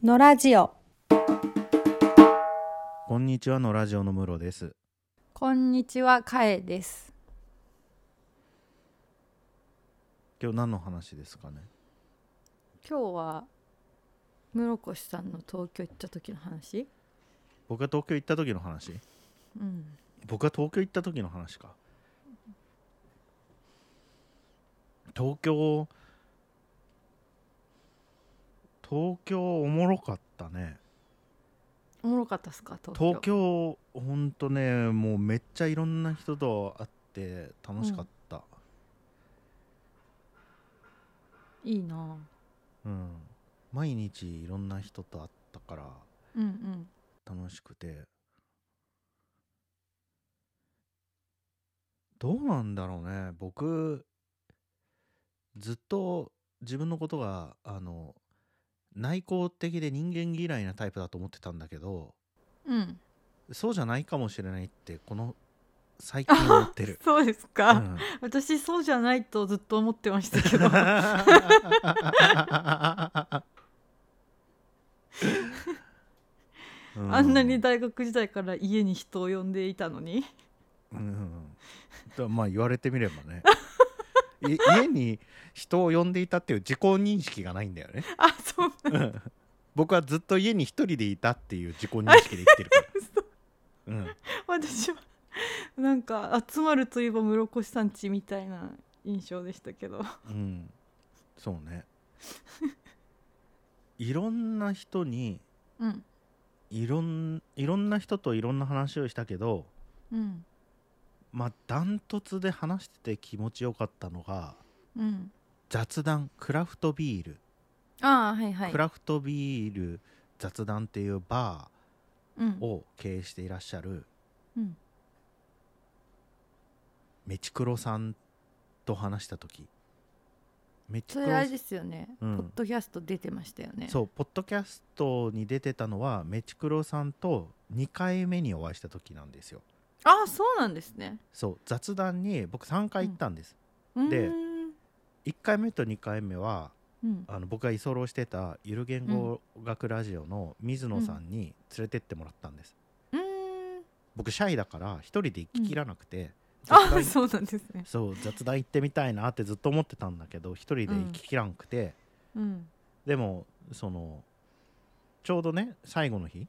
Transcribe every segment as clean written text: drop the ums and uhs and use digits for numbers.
のラジオ。 こんにちはのラジオのムロです。 こんにちは、かえです。 今日何の話ですかね。 今日は室越さんの東京行った時の話。 僕が東京行った時の話。僕が東京行った時の話か。東京おもろかったね。 おもろかったっすか？ 東京ほんとね、もうめっちゃいろんな人と会って楽しかった。 いいな。 毎日いろんな人と会ったから楽しくて、どうなんだろうね。僕ずっと自分のことが内向的で人間嫌いなタイプだと思ってたんだけど、そうじゃないかもしれないってこの最近思ってる。 そうですか、私そうじゃないとずっと思ってましたけどあんなに大学時代から家に人を呼んでいたのにまあ言われてみればね家に人を呼んでいたっていう自己認識がないんだよね。 そうなんだ。 僕はずっと家に一人でいたっていう自己認識で生きてるから私はなんか集まるといえば室越さん家みたいな印象でしたけどそうねいろんな人に、いろんな人といろんな話をしたけど、まあダントツで話してて気持ちよかったのが、雑談クラフトビール、クラフトビール雑談っていうバーを経営していらっしゃる、メチクロさんと話した時、 それあれですよね、ポッドキャスト出てましたよね。 そう、ポッドキャストに出てたのはメチクロさんと2回目にお会いした時なんですよ。 そうなんですね。 そう、雑談に僕3回行ったんです、で1回目と2回目は、僕が居候してたゆる言語学ラジオの水野さんに連れてってもらったんです、僕シャイだから一人で行ききらなくて、 そうなんですね。 そう、雑談行ってみたいなってずっと思ってたんだけど一人で行ききらんくて、でもそのちょうどね最後の日、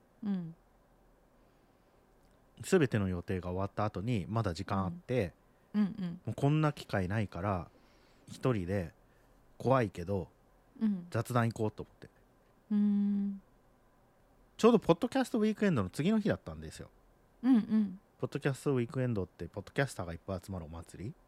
全ての予定が終わった後にまだ時間あって、もうこんな機会ないから一人で怖いけど、雑談行こうと思って、ちょうどポッドキャストウィークエンドの次の日だったんですよ。ポッドキャストウィークエンドってポッドキャスターがいっぱい集まるお祭り、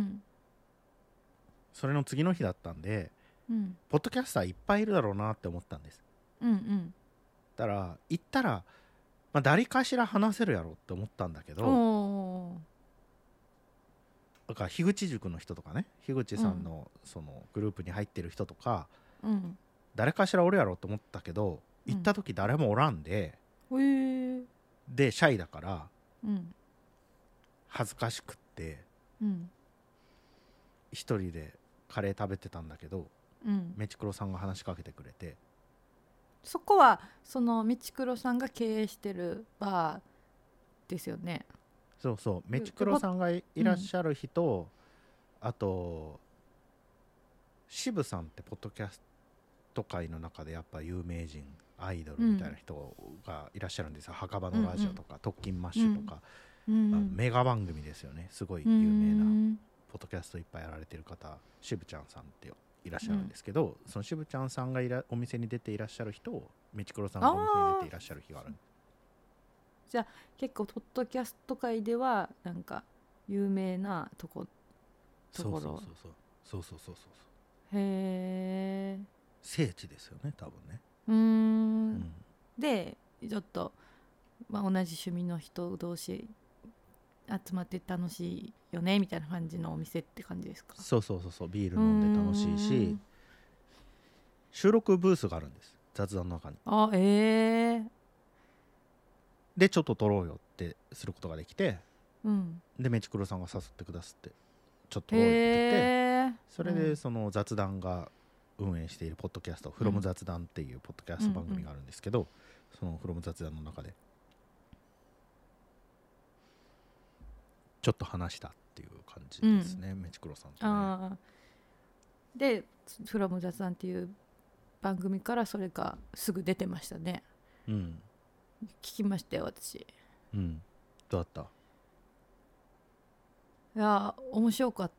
それの次の日だったんで、ポッドキャスターいっぱいいるだろうなって思ったんです。だから行ったら、まあ、誰かしら話せるやろって思ったんだけど、だから樋口塾の人とかね、樋口さんのそのグループに入ってる人とか、誰かしらおるやろって思ったけど、行った時誰もおらんで、でシャイだから恥ずかしくって、一人でカレー食べてたんだけど、メチクロさんが話しかけてくれて、 そこはそのメチクロさんが経営してるバーですよね。 そうそう、メチクロさんがいらっしゃる人、あと渋さんってポッドキャスト界の中でやっぱ有名人アイドルみたいな人がいらっしゃるんですよ、墓場のラジオとか、特勤マッシュとか、メガ番組ですよね、すごい有名なポッドキャストいっぱいやられてる方、渋ちゃんさんっていらっしゃるんですけど、その渋ちゃんさんがお店に出ていらっしゃる人をメチクロさんがお店に出ていらっしゃる日がある。 じゃあ結構ポッドキャスト界ではなんか有名なところ。 そうへえ。 聖地ですよね多分ね。 でちょっと、同じ趣味の人同士集まって楽しいよねみたいな感じのお店って感じですか？ そうビール飲んで楽しいし、収録ブースがあるんです、雑談の中に。でちょっと撮ろうよってすることができて、でメチクロさんが誘ってくださってちょっと撮ろうよって言って、それでその雑談が運営しているポッドキャスト、フロム雑談っていうポッドキャスト番組があるんですけど、そのフロム雑談の中でちょっと話したっていう感じですね、メチクロさんとね。 あでフロム雑談っていう番組からそれがすぐ出てましたね。 うん聞きましたよ私。 うんどうだった？ いや面白かった。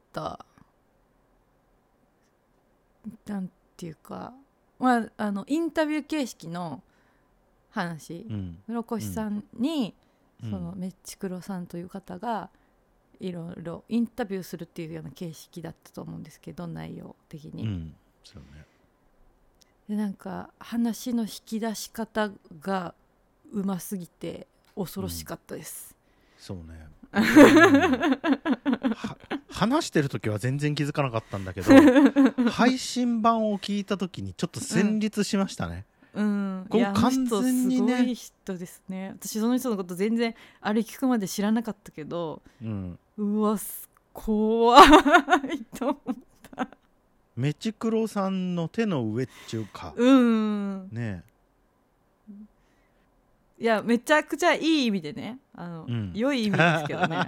なんていうか、まあ、インタビュー形式の話、室越さんに、そのメッチクロさんという方がいろいろインタビューするっていうような形式だったと思うんですけど、内容的に、 そうね、 でなんか話の引き出し方がうますぎて恐ろしかったです、 そうね話してる時は全然気づかなかったんだけど配信版を聞いた時にちょっと戦慄しましたね。 これ完全にね、すごい人ですね。私その人のこと全然あれ聞くまで知らなかったけど、うわ怖いと思った。 メチクロさんの手の上っちゅうか、ねいやめちゃくちゃいい意味でね、良い意味ですけどね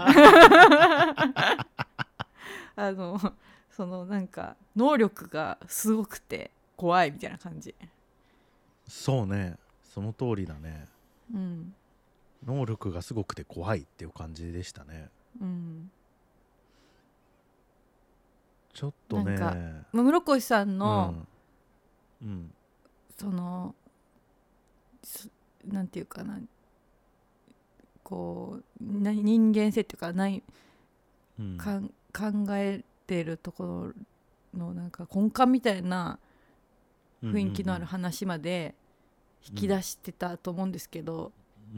そのなんか能力がすごくて怖いみたいな感じ。 そうね、その通りだね、能力がすごくて怖いっていう感じでしたね。ちょっとね、なんか室越さんの、そのなんていうかな、こう人間性っていうか考えてるところのなんか根幹みたいな雰囲気のある話まで引き出してたと思うんですけど、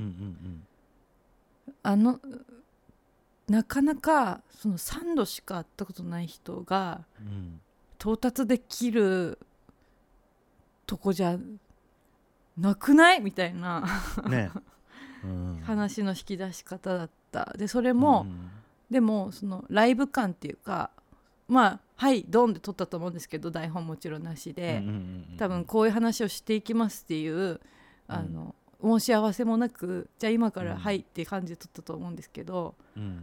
なかなかその3度しか会ったことない人が到達できるとこじゃなくないみたいなね話の引き出し方だった。でそれも、でもそのライブ感っていうか、まあはいドンで撮ったと思うんですけど、台本もちろんなしで、多分こういう話をしていきますっていう申し合わせもなく、じゃあ今からはいっていう感じで撮ったと思うんですけど、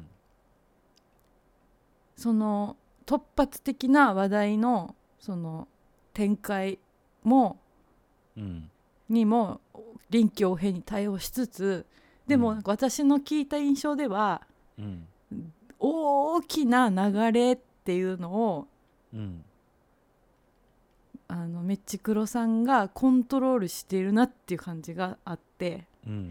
その突発的な話題のその展開も、にも臨機応変に対応しつつ、でもなんか私の聞いた印象では、大きな流れっていうのを、メッチクロさんがコントロールしているなっていう感じがあって、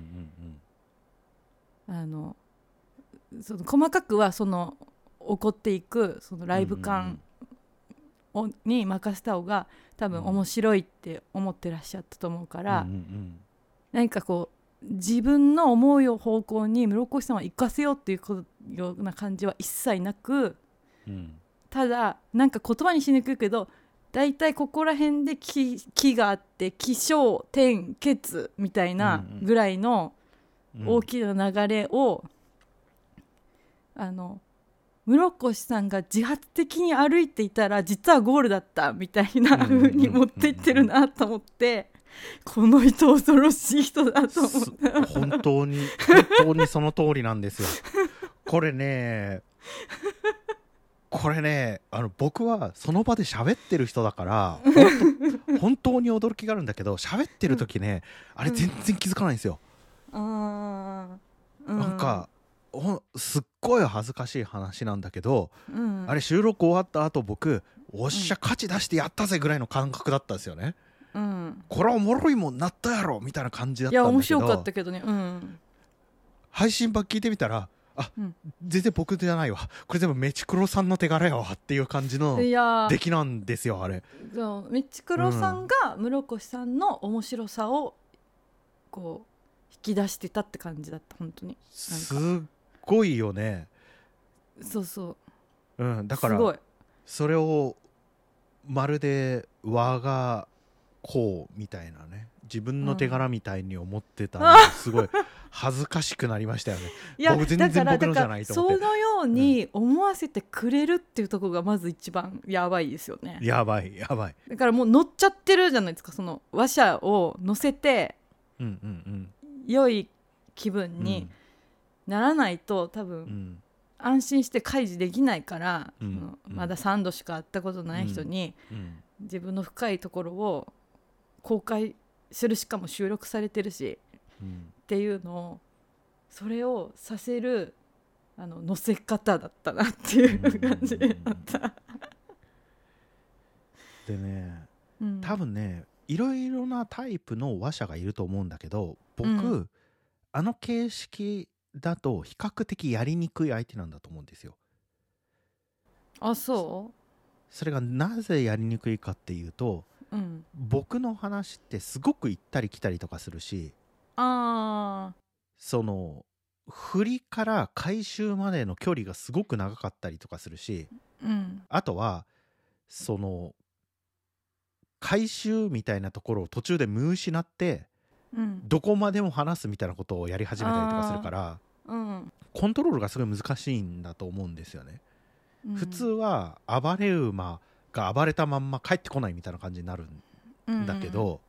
その細かくはその起こっていくそのライブ感に任せた方が多分面白いって思ってらっしゃったと思うから、何かこう自分の思う方向に室越さんは行かせようっていうような感じは一切なく、ただなんか言葉にしにくいけど、だいたいここら辺で木があって起承転結みたいなぐらいの大きな流れを、室越さんが自発的に歩いていたら実はゴールだったみたいな風に持っていってるなと思って、この人恐ろしい人だと思って本当にその通りなんですよ。これね僕はその場で喋ってる人だから本当に驚きがあるんだけど、喋ってる時ね、あれ全然気づかないんですよ。なんかすっごい恥ずかしい話なんだけど、あれ収録終わった後僕おっしゃ勝ち出してやったぜぐらいの感覚だったんですよね。これおもろいもんなったやろみたいな感じだったんだけど、 いや面白かったけどね、 配信版聞いてみたら全然僕じゃないわ、これ全部メチクロさんの手柄やわっていう感じの出来なんですよ。あれメチクロさんが室越さんの面白さをこう引き出してたって感じだった。本当にすっごいよね。 そうだからそれをまるで我がこうみたいなね、自分の手柄みたいに思ってたのがすごい恥ずかしくなりましたよね。 いや僕全然僕のじゃないと思って。 そのように思わせてくれるっていうところがまず一番やばいですよね。 やばいやばい。 だからもう乗っちゃってるじゃないですか。その話者を乗せて良い気分にならないと多分安心して開示できないから、まだ3度しか会ったことない人に自分の深いところを公開する、しかも収録されてるし、っていうのをそれをさせる乗せ方だったなっていう感じだった。 でね、多分ねいろいろなタイプの話者がいると思うんだけど、僕、あの形式だと比較的やりにくい相手なんだと思うんですよ。 あ、そう。 それがなぜやりにくいかっていうと、僕の話ってすごく行ったり来たりとかするし、その振りから回収までの距離がすごく長かったりとかするし、あとはその回収みたいなところを途中で見失って、どこまでも話すみたいなことをやり始めたりとかするから、コントロールがすごい難しいんだと思うんですよね。普通は暴れ馬が暴れたまんま帰ってこないみたいな感じになるんだけど、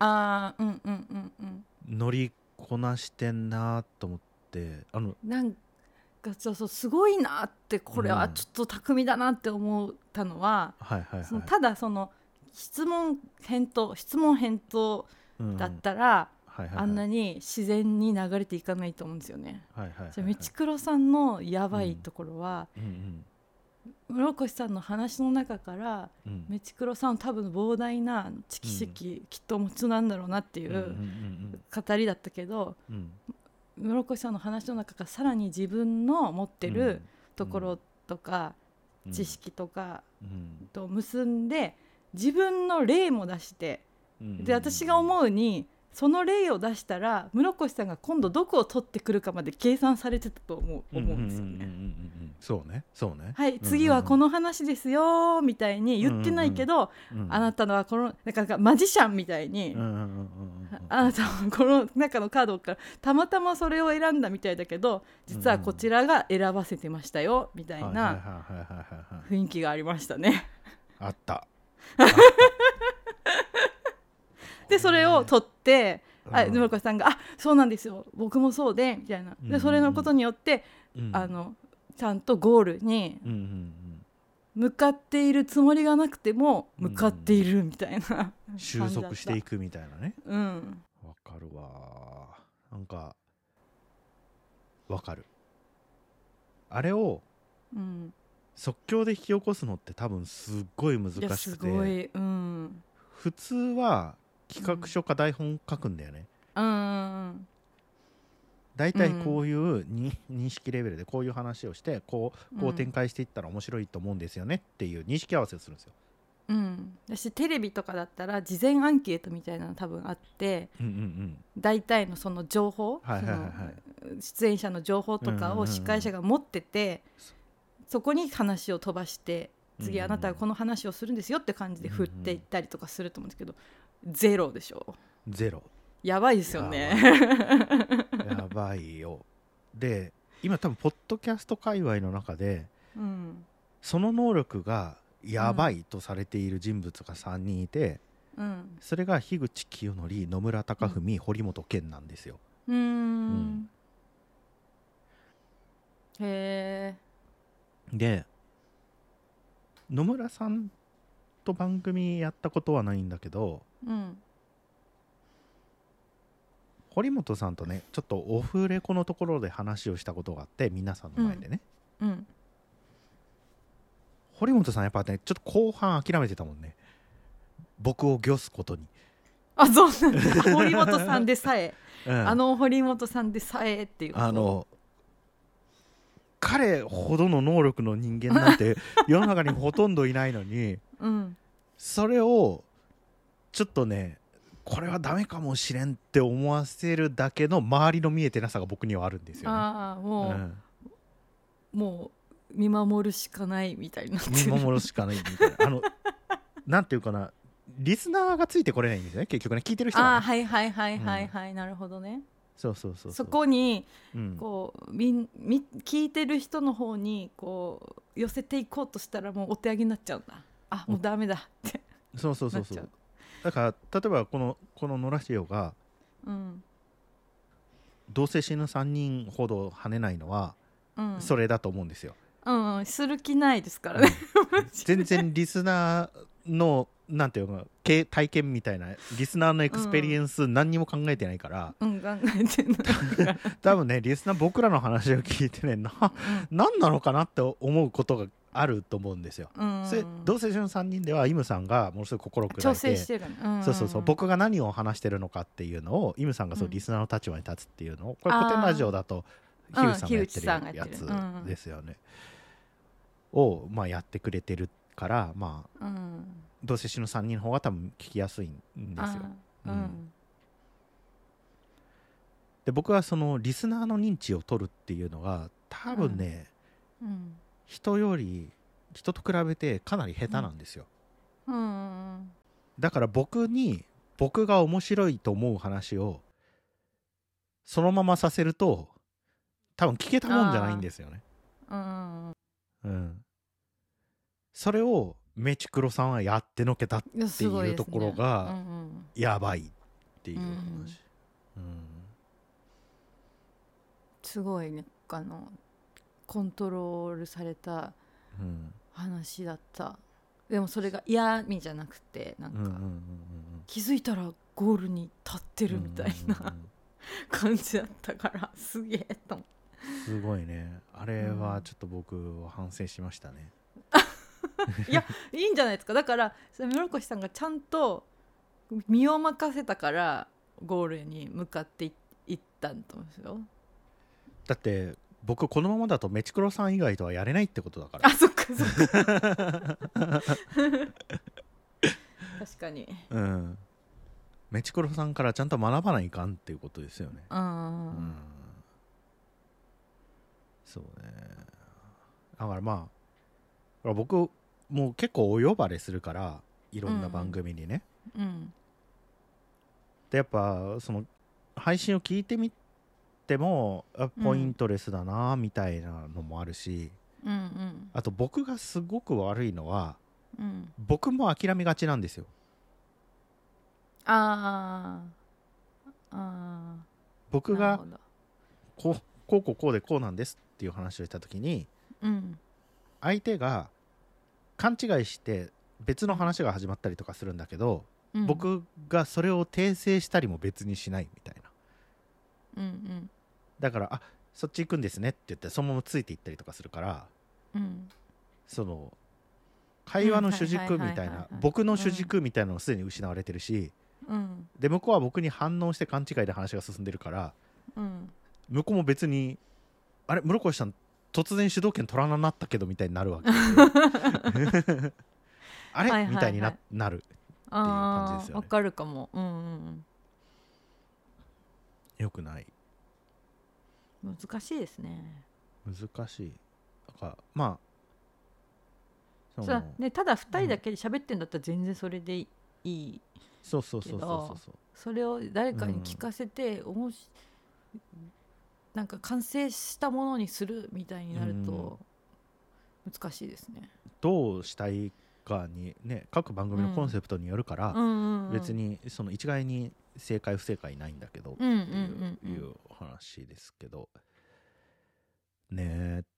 乗りこなしてんなと思って、 なんかそうすごいなって、これはちょっと巧みだなって思ったのは、ただその質問返答だったら、あんなに自然に流れていかないと思うんですよね。じゃあ道黒さんのやばいところは、室越さんの話の中から、道黒さん多分膨大な知識、きっとお持ちなんだろうなっていう語りだったけど、室越さんの話の中からさらに自分の持ってるところとか、知識とかと結んで、自分の例も出して、で私が思うにその例を出したら室越さんが今度どこを取ってくるかまで計算されてたと思うんですよね。 そうねそうね。 はい、次はこの話ですよみたいに言ってないけど、あなたのはこのなんかマジシャンみたいに、あなたはこの中のカードからたまたまそれを選んだみたいだけど、実はこちらが選ばせてましたよみたいな雰囲気がありましたね。 あったでそれを取って、室越さんが「あ、そうなんですよ、僕もそうで」みたいな。でそれのことによって、ちゃんとゴールに向かっているつもりがなくても向かっているみたいな、 収束していくみたいなね。わかるわ。なんかわかる。あれを即興で引き起こすのって多分すっごい難しくて、普通は企画書か台本書くんだよね。だいたいこういう認識レベルでこういう話をしてこう展開していったら面白いと思うんですよねっていう認識合わせをするんですよ。 私テレビとかだったら事前アンケートみたいなの多分あって、大体のその情報、出演者の情報とかを司会者が持ってて、そこに話を飛ばして次あなたはこの話をするんですよって感じで振っていったりとかすると思うんですけど、ゼロでしょ。 ゼロ。 やばいですよね。 やばいよ。で今多分ポッドキャスト界隈の中で、その能力がやばいとされている人物が3人いて、それが樋口清則、野村貴文、堀本健なんですよ。 へー。 で野村さんと番組やったことはないんだけど、堀本さんとねちょっとオフレコのところで話をしたことがあって、皆さんの前でね、堀本さんやっぱねちょっと後半諦めてたもんね、僕を御すことに。 あ、そうなんだ。堀本さんでさえ、堀本さんでさえっていうこと。 彼ほどの能力の人間なんて世の中にほとんどいないのに、それをちょっとねこれはダメかもしれんって思わせるだけの周りの見えてなさが僕にはあるんですよね。 もう見守るしかないみたいになってる。 見守るしかないみたいななんていうかな、 リスナーがついてこれないんですよね結局ね、聞いてる人が、ね、 はいはいはいはいはい、なるほどね。 そうそうそう、 そこにうんこう聞いてる人の方にこう寄せていこうとしたらもうお手上げになっちゃうんだ。あ、もうダメだってそうそうそうそなっちゃう。だから例えばこの野良潮がうんどうせ死ぬ3人ほど跳ねないのはうんそれだと思うんですよ、 うん、する気ないですからね、 全然リスナーのなんていうのか体験みたいなリスナーのエクスペリエンス何にも考えてないから、 考えてない多分ねリスナー僕らの話を聞いてね何なのかなって思うことがあると思うんですよ、それ同性の3人ではイムさんがものすごい心砕いて調整してる、 そうそうそう、僕が何を話してるのかっていうのをイムさんがそうリスナーの立場に立つっていうのを、これ古典ラジオだと樋口さんがやってるやつですよね、をまあやってくれてるからまあ、同性の3人の方が多分聞きやすいんですよ、で僕はそのリスナーの認知を取るっていうのが多分ね、人と比べてかなり下手なんですよ、だから僕が面白いと思う話をそのままさせると多分聞けたもんじゃないんですよね、それをメチクロさんはやってのけたっていうところがやばいっていう話、 すごいね、コントロールされた話だった、でもそれが嫌味じゃなくてなんか、気づいたらゴールに立ってるみたいな、感じだったからすげえと思って、 すごいね、あれはちょっと僕は反省しましたね、 いやいいんじゃないですか。だから室越さんがちゃんと身を任せたからゴールに向かっていったんと思うんですよ。 だって僕このままだとメチクロさん以外とはやれないってことだから。 あ、そっかそっか確かに、 メチクロさんからちゃんと学ばないかんっていうことですよね。そうね。だからまあ僕もう結構お呼ばれするからいろんな番組にね、でやっぱその配信を聞いてみてもポイントレスだなみたいなのもあるし、あと僕がすごく悪いのは、僕も諦めがちなんですよ。僕がこうでこうなんですっていう話をした時に、相手が勘違いして別の話が始まったりとかするんだけど、僕がそれを訂正したりも別にしないみたいな、だからそっち行くんですねって言ってそのままついていったりとかするから、その会話の主軸みたいな、僕の主軸みたいなのをすでに失われてるし、で向こうは僕に反応して勘違いで話が進んでるから、向こうも別にあれ室越さん突然主導権取らななったけどみたいになるわけですよあれ、みたいになるっていう感じですよね。 わかるかも。 よくない。 難しいですね。 難しい。だからまあそうね、ただ2人だけで喋ってんだったら全然それでいいけど、それを誰かに聞かせて、なんか完成したものにするみたいになると難しいですね。 どうしたいかにね、各番組のコンセプトによるから、別にその一概に正解不正解ないんだけどっていう話ですけどねえって。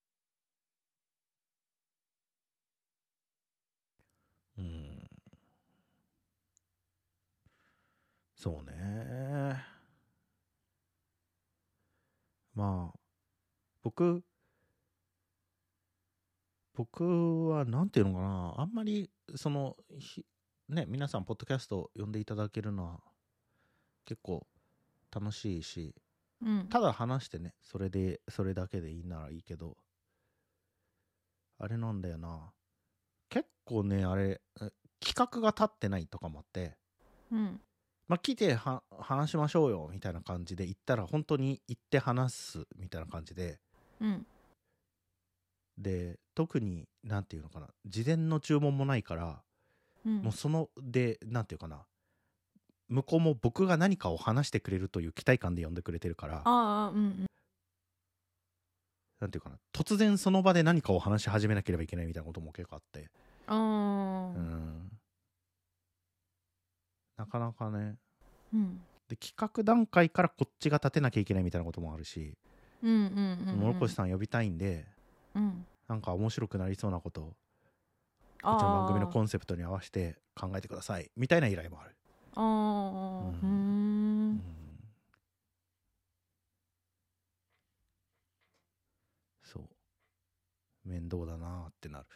そうね。まあ僕はなんていうのかな、あんまりそのね、皆さんポッドキャスト呼んでいただけるのは結構楽しいし、ただ話してね、それだけでいいならいいけど、あれなんだよな、結構ね、あれ企画が立ってないとかもあって、まあ来て話しましょうよみたいな感じで行ったら本当に行って話すみたいな感じで、で特になんていうのかな、事前の注文もないから、 もうそのでなんていうかな、向こうも僕が何かを話してくれるという期待感で呼んでくれてるから、なんていうかな、突然その場で何かを話し始めなければいけないみたいなことも結構あって、なかなかね、で企画段階からこっちが立てなきゃいけないみたいなこともあるし、諸越さん呼びたいんで、なんか面白くなりそうなことをうちの番組のコンセプトに合わせて考えてくださいみたいな依頼もある。そう面倒だなってなる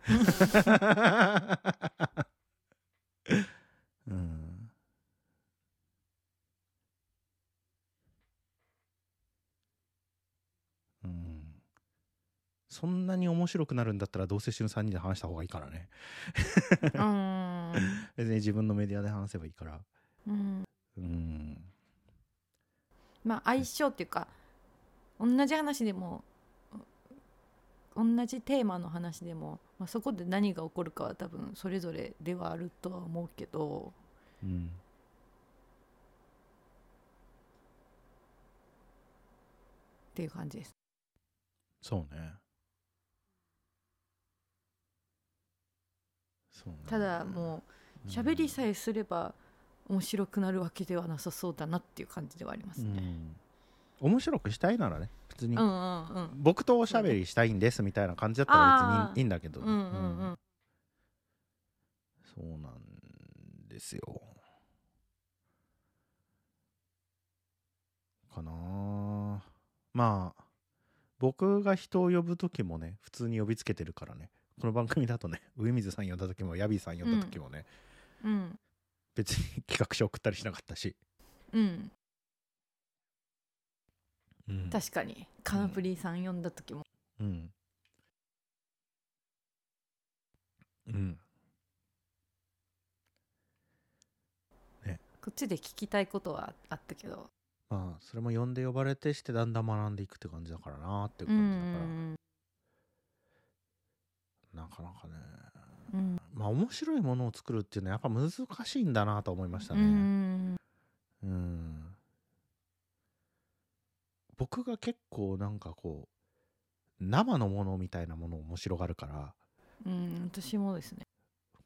そんなに面白くなるんだったらどうせ死ぬ3人で話した方がいいからね別に自分のメディアで話せばいいから、 まあ相性っていうか、同じ話でも同じテーマの話でも、そこで何が起こるかは多分それぞれではあるとは思うけど、っていう感じです。 そうね。 ただもう喋りさえすれば面白くなるわけではなさそうだなっていう感じではありますね。 面白くしたいならね、別に、僕とおしゃべりしたいんですみたいな感じだったら別にいいんだけど、そうなんですよかな。まあ僕が人を呼ぶ時もね、普通に呼びつけてるからね。この番組だとね、上水さん呼んだ時もヤビーさん呼んだ時もね、別に企画書送ったりしなかったし、 確かにカナプリさん呼んだ時も、ね、こっちで聞きたいことはあったけど、 まあそれも呼んで呼ばれてしてだんだん学んでいくって感じだからなっていう感じだから、なかなかね、まあ面白いものを作るっていうのはやっぱ難しいんだなと思いましたね。僕が結構なんかこう生のものみたいなものを面白がるから、 私もですね。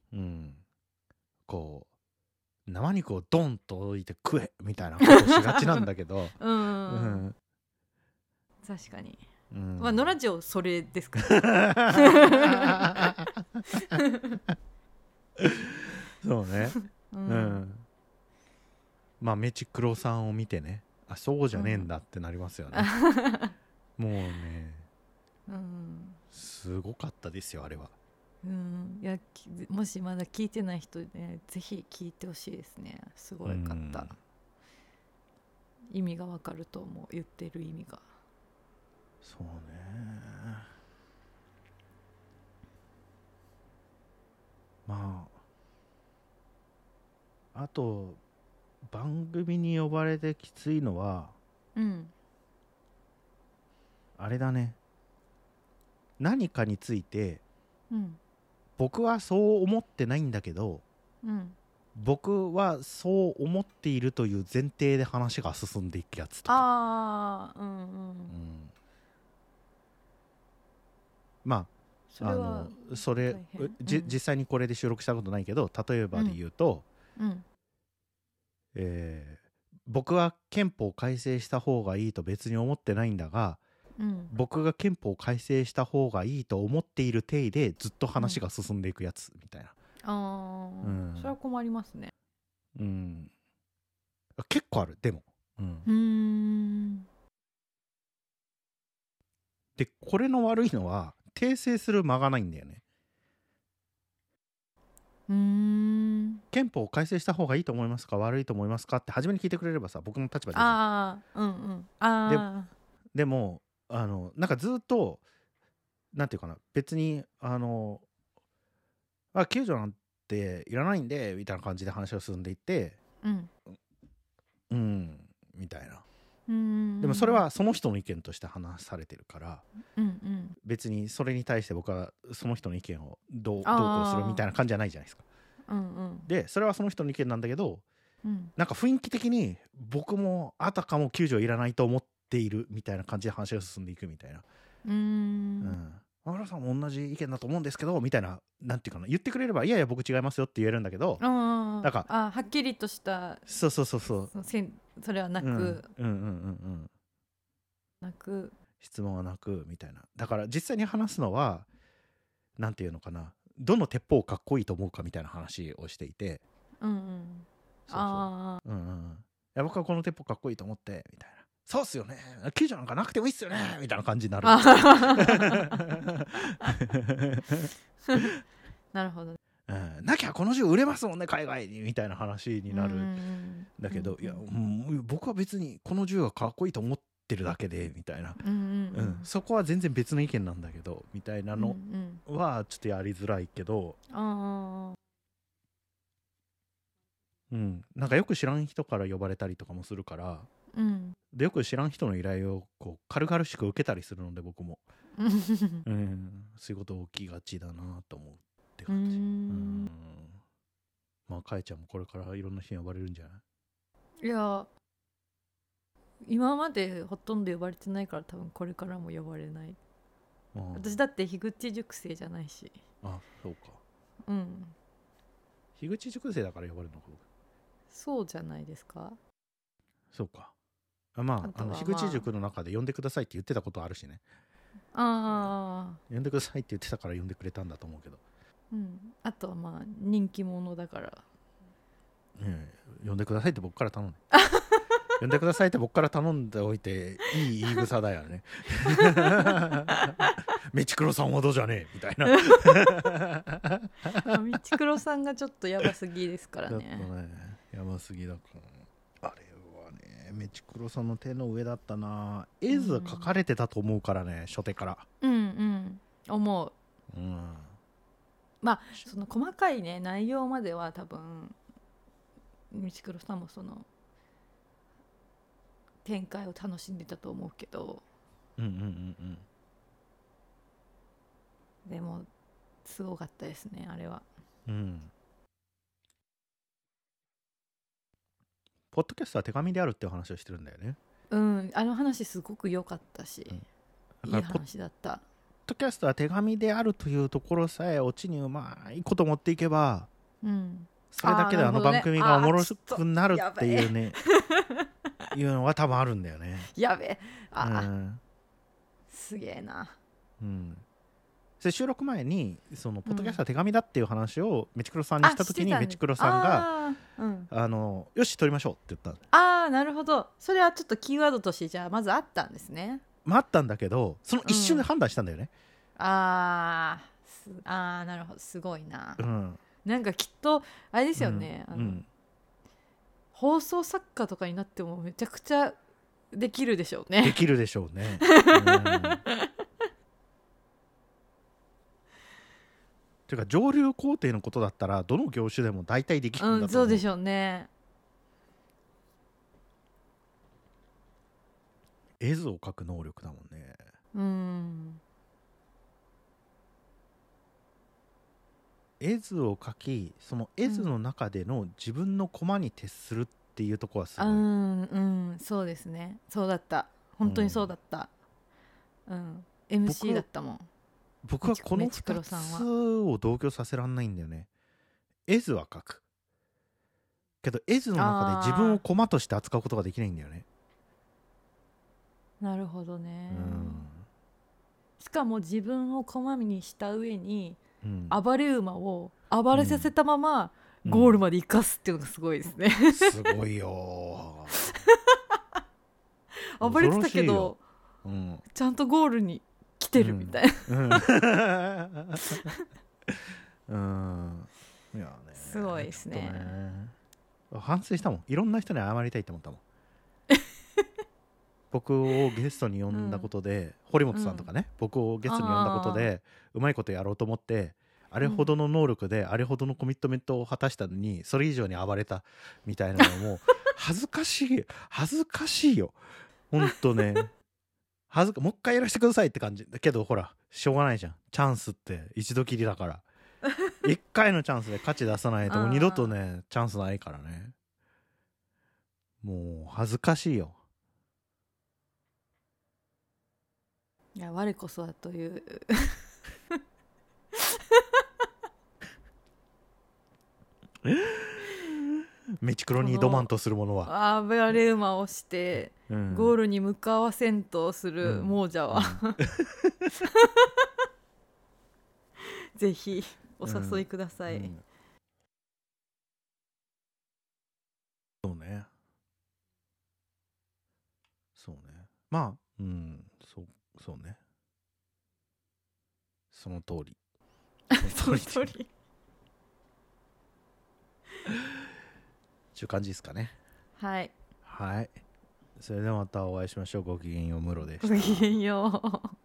こう生肉をドンと置いて食えみたいなことをしがちなんだけど確かに、まあ野良城それですかそうね、まあメチクロさんを見てね、あ、そうじゃねえんだってなりますよね、もうね、すごかったですよあれは。 いや、もしまだ聞いてない人ね、ぜひ聞いてほしいですね。すごいかった、意味がわかると思う、言ってる意味が。 そうね。まああと番組に呼ばれてきついのは、あれだね、何かについて、僕はそう思ってないんだけど、僕はそう思っているという前提で話が進んでいくやつとか、まあそれ実際にこれで収録したことないけど、例えばで言うと、僕は憲法改正した方がいいと別に思ってないんだが、僕が憲法改正した方がいいと思っている体でずっと話が進んでいくやつみたいな。 それは困りますね。 結構ある。でも、でこれの悪いのは訂正する間がないんだよね。憲法を改正した方がいいと思いますか、悪いと思いますかって初めに聞いてくれればさ、僕の立場ででもなんかずっとなんていうかな、別に救助なんていらないんでみたいな感じで話を進んでいって、みたいな。でもそれはその人の意見として話されてるから、別にそれに対して僕はその人の意見をどうこうするみたいな感じじゃないじゃないですか。 うんうんでそれはその人の意見なんだけど、なんか雰囲気的に僕もあたかも救助いらないと思っているみたいな感じで話が進んでいくみたいな。マグロさんも同じ意見だと思うんですけどみたいな、なんていうかな、言ってくれればいやいや僕違いますよって言えるんだけど、なんかはっきりとしたそうそれはなく、なく質問はなくみたいな。だから実際に話すのはなんていうのかな、どの鉄砲をかっこいいと思うかみたいな話をしていて、いや僕はこの鉄砲かっこいいと思ってみたいな、そうっすよね、救助なんかなくてもいいっすよねみたいな感じになる。 なるほど、 なきゃこの銃売れますもんね海外にみたいな話になるだけど、いや、僕は別にこの銃がかっこいいと思ってるだけでみたいな、そこは全然別の意見なんだけどみたいなのはちょっとやりづらいけど、なんかよく知らん人から呼ばれたりとかもするから、でよく知らん人の依頼をこう軽々しく受けたりするので僕も、そういうこと起きがちだなと思うって感じ。まあかえちゃんもこれからいろんな人に呼ばれるんじゃない？ いや今までほとんど呼ばれてないから多分これからも呼ばれない。私だって樋口塾生じゃないし。 あ、そうか。樋口塾生だから呼ばれるのか。 そうじゃないですか。 そうか。まあ樋口塾の中で呼んでくださいって言ってたことあるしね。呼んでくださいって言ってたから呼んでくれたんだと思うけど。 あとはまあ人気者だから。 呼んでくださいって僕から頼んで。呼んでくださいって僕から頼んでおいていい言い草だよね。メチクロさんほどじゃねえみたいな。 メチクロさんがちょっとやばすぎですからね。 やばすぎだから。あれはね、メチクロさんの手の上だったな。絵図描かれてたと思うからね、初手から。 思う。まあその細かいね内容までは多分メチクロさんもその展開を楽しんでたと思うけど、でもすごかったですねあれは。 ポッドキャストは手紙であるっていう話をしてるんだよね。 あの話すごく良かったし、いい話だった。 ポッドキャストは手紙であるというところさえオチにうまいこと持っていけば、それだけであの番組がおもろくなるっていうねいうのが多分あるんだよね。 やべえ、すげえな。 収録前にそのポッドキャストは手紙だっていう話をメチクロさんにした時に、メチクロさんがよし撮りましょうって言った。 なるほど。それはちょっとキーワードとしてじゃあまずあったんですね。 あったんだけどその一瞬で判断したんだよね。 なるほど、すごいな。なんかきっとあれですよね、放送作家とかになってもめちゃくちゃできるでしょうね。 できるでしょうね。ていうか上流工程のことだったらどの業種でも大体できるんだと思う。 そうでしょうね。 絵図を描く能力だもんね。絵図を描きその絵図の中での自分のコマに徹するっていうところはすごい。 そうですね。そうだった。本当にそうだった。MC だったもん。 僕はこの2つを同居させらんないんだよね。絵図は描くけど絵図の中で自分をコマとして扱うことができないんだよね。 なるほどね。しかも自分をコマにした上に、暴れ馬を暴れさせたままゴールまで生かすっていうのがすごいですね。 すごいよ。 暴れてたけど、ちゃんとゴールに来てるみたいな。すごいですね。 反省したもん。いろんな人に謝りたいって思ったもん。僕をゲストに呼んだことで、堀本さんとかね、僕をゲストに呼んだことでうまいことやろうと思ってあれほどの能力であれほどのコミットメントを果たしたのにそれ以上に暴れたみたいなのも恥ずかしいよほんとね。もう一回やらせてくださいって感じだけど、ほらしょうがないじゃん、チャンスって一度きりだから一回のチャンスで勝ち出さないともう二度とねチャンスないからね。もう恥ずかしいよ。 いや我こそはというメチクロに挑まんとするものは暴れ馬をして、ゴールに向かわせんとする亡者は、ぜひお誘いください。 そうね。そうね。まあ、そうね。その通り。 その通り。 ちゅう感じですかね。 はい。 はい。それではまたお会いしましょう。ごきげんよう、ムロでした。 ごきげんよう。